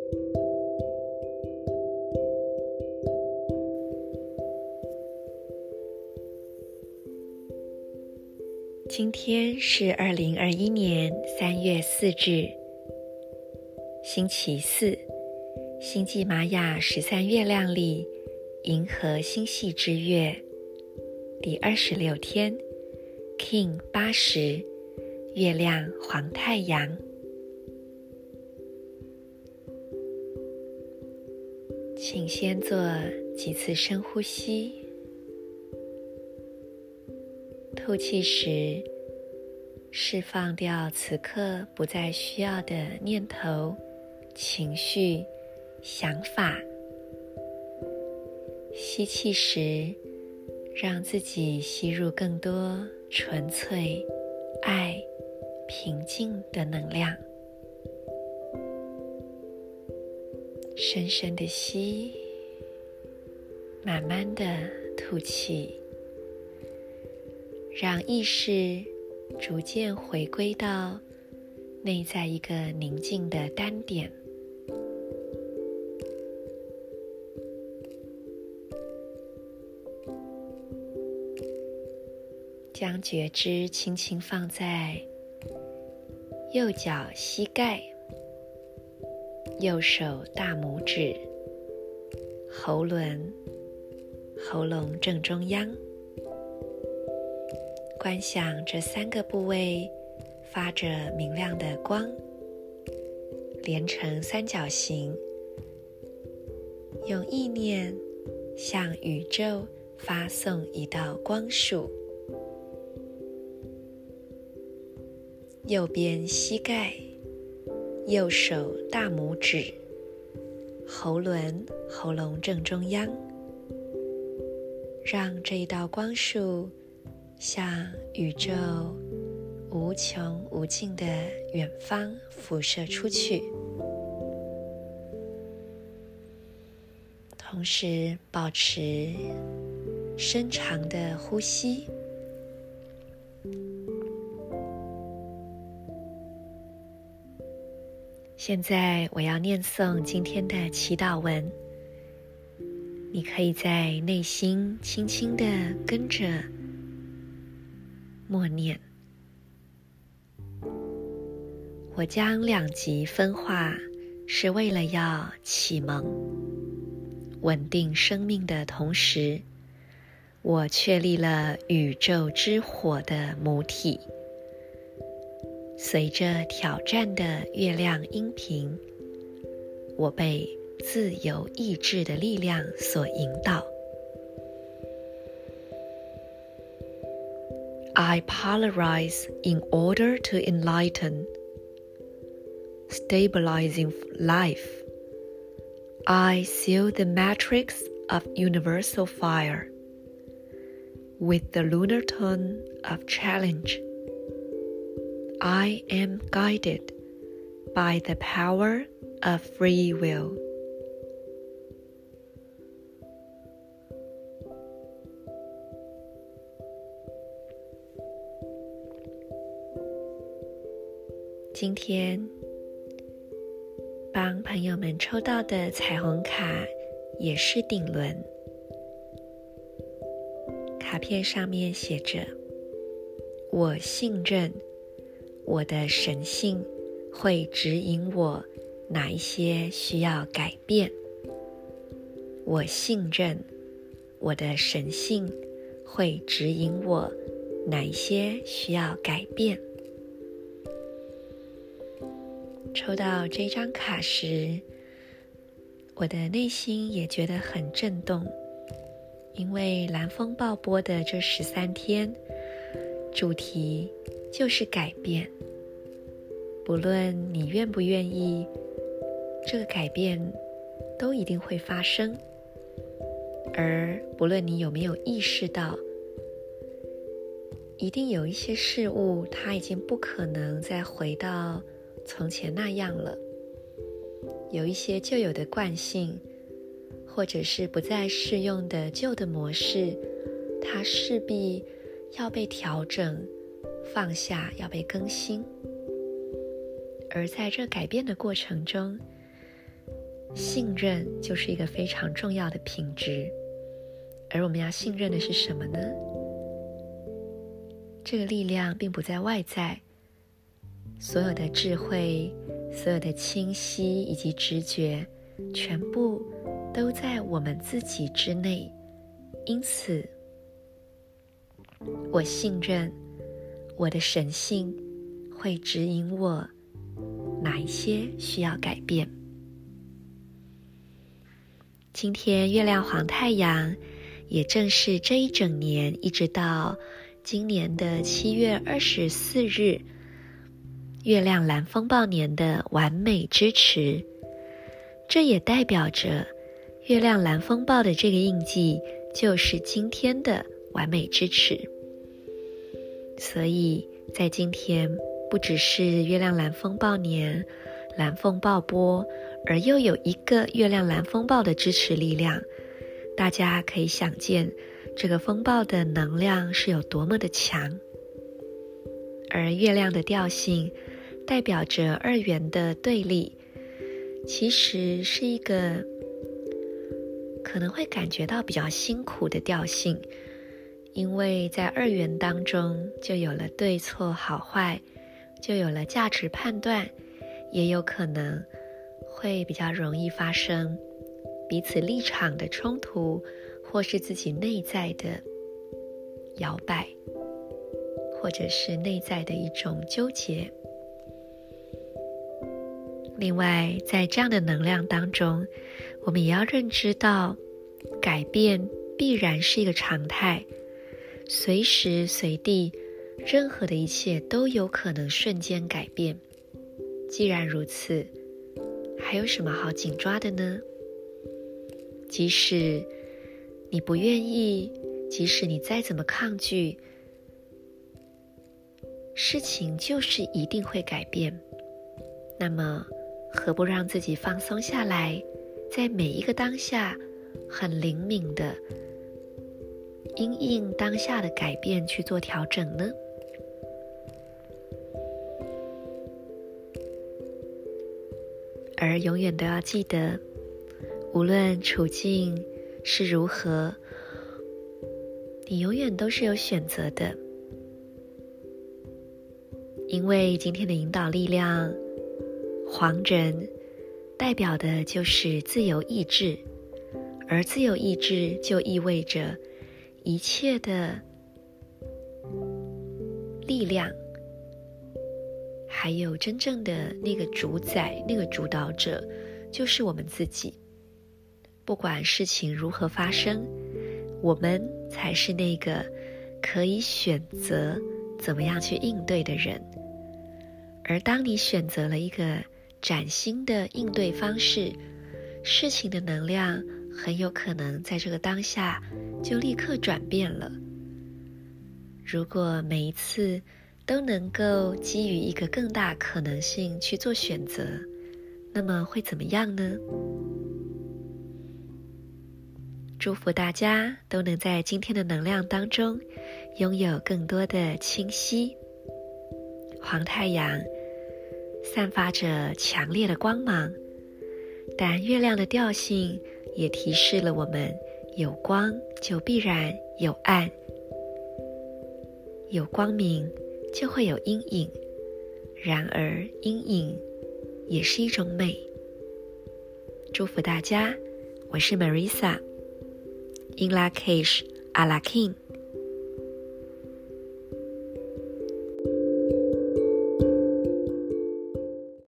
今天是2021年3月4日，星期四，星际玛雅13月亮历银河星系之月第26天 King 80，月亮黄太阳。请先做几次深呼吸，吐气时释放掉此刻不再需要的念头、情绪、想法。吸气时让自己吸入更多纯粹、爱、平静的能量。深深的吸，慢慢的吐气，让意识逐渐回归到内在一个宁静的单点。将觉知轻轻放在右脚膝盖、右手大拇指、喉轮、喉咙正中央。观想这3个部位发着明亮的光，连成三角形，用意念向宇宙发送一道光束。右边膝盖、右手大拇指、喉轮、喉咙正中央，让这一道光束向宇宙无穷无尽的远方辐射出去，同时保持深长的呼吸。现在我要念诵今天的祈祷文，你可以在内心轻轻地跟着默念。我将2极分化是为了要启蒙、稳定生命的同时，我确立了宇宙之火的母体。随着挑战的月亮音频，我被自由意志的力量所引导。I polarize in order to enlighten, stabilizing life. I seal the matrix of universal fire with the lunar tone of challenge.I am guided by the power of free will. 今天帮朋友们抽到的彩虹卡也是顶轮，卡片上面写着：我信任我的神性会指引我哪一些需要改变。我信任我的神性会指引我哪一些需要改变。抽到这张卡时，我的内心也觉得很震动，因为蓝风暴波的这13天，主题就是改变。不论你愿不愿意，这个改变都一定会发生。而不论你有没有意识到，一定有一些事物它已经不可能再回到从前那样了。有一些旧有的惯性，或者是不再适用的旧的模式，它势必要被调整、放下，要被更新。而在这改变的过程中， 信任就是一个非常重要的品质。而我们要信任的是什么呢？这个力量并不在外在，所有的智慧，所有的清晰以及直觉，全部都在我们自己之内。因此，我信任我的神性会指引我哪一些需要改变。今天月亮黄太阳也正是这一整年一直到今年的7月24日月亮蓝风暴年的完美支持。这也代表着月亮蓝风暴的这个印记就是今天的完美支持。所以在今天不只是月亮蓝风暴年蓝风暴波，而又有一个月亮蓝风暴的支持力量，大家可以想见这个风暴的能量是有多么的强。而月亮的调性代表着二元的对立，其实是一个可能会感觉到比较辛苦的调性，因为在二元当中就有了对错好坏，就有了价值判断，也有可能会比较容易发生彼此立场的冲突，或是自己内在的摇摆，或者是内在的一种纠结。另外，在这样的能量当中，我们也要认知到改变必然是一个常态，随时随地任何的一切都有可能瞬间改变。既然如此，还有什么好紧抓的呢？即使你不愿意，即使你再怎么抗拒，事情就是一定会改变。那么何不让自己放松下来，在每一个当下很灵敏的因应当下的改变去做调整呢？而永远都要记得，无论处境是如何，你永远都是有选择的。因为今天的引导力量黄人代表的就是自由意志，而自由意志就意味着一切的力量，还有真正的那个主宰，那个主导者，就是我们自己。不管事情如何发生，我们才是那个可以选择怎么样去应对的人。而当你选择了一个崭新的应对方式，事情的能量很有可能在这个当下就立刻转变了。如果每一次都能够基于一个更大可能性去做选择，那么会怎么样呢？祝福大家都能在今天的能量当中拥有更多的清晰。黄太阳散发着强烈的光芒，但月亮的调性也提示了我们，有光就必然有暗，有光明就会有阴影，然而阴影也是一种美。祝福大家，我是 Marisa， In Lak'ech, A La K'in。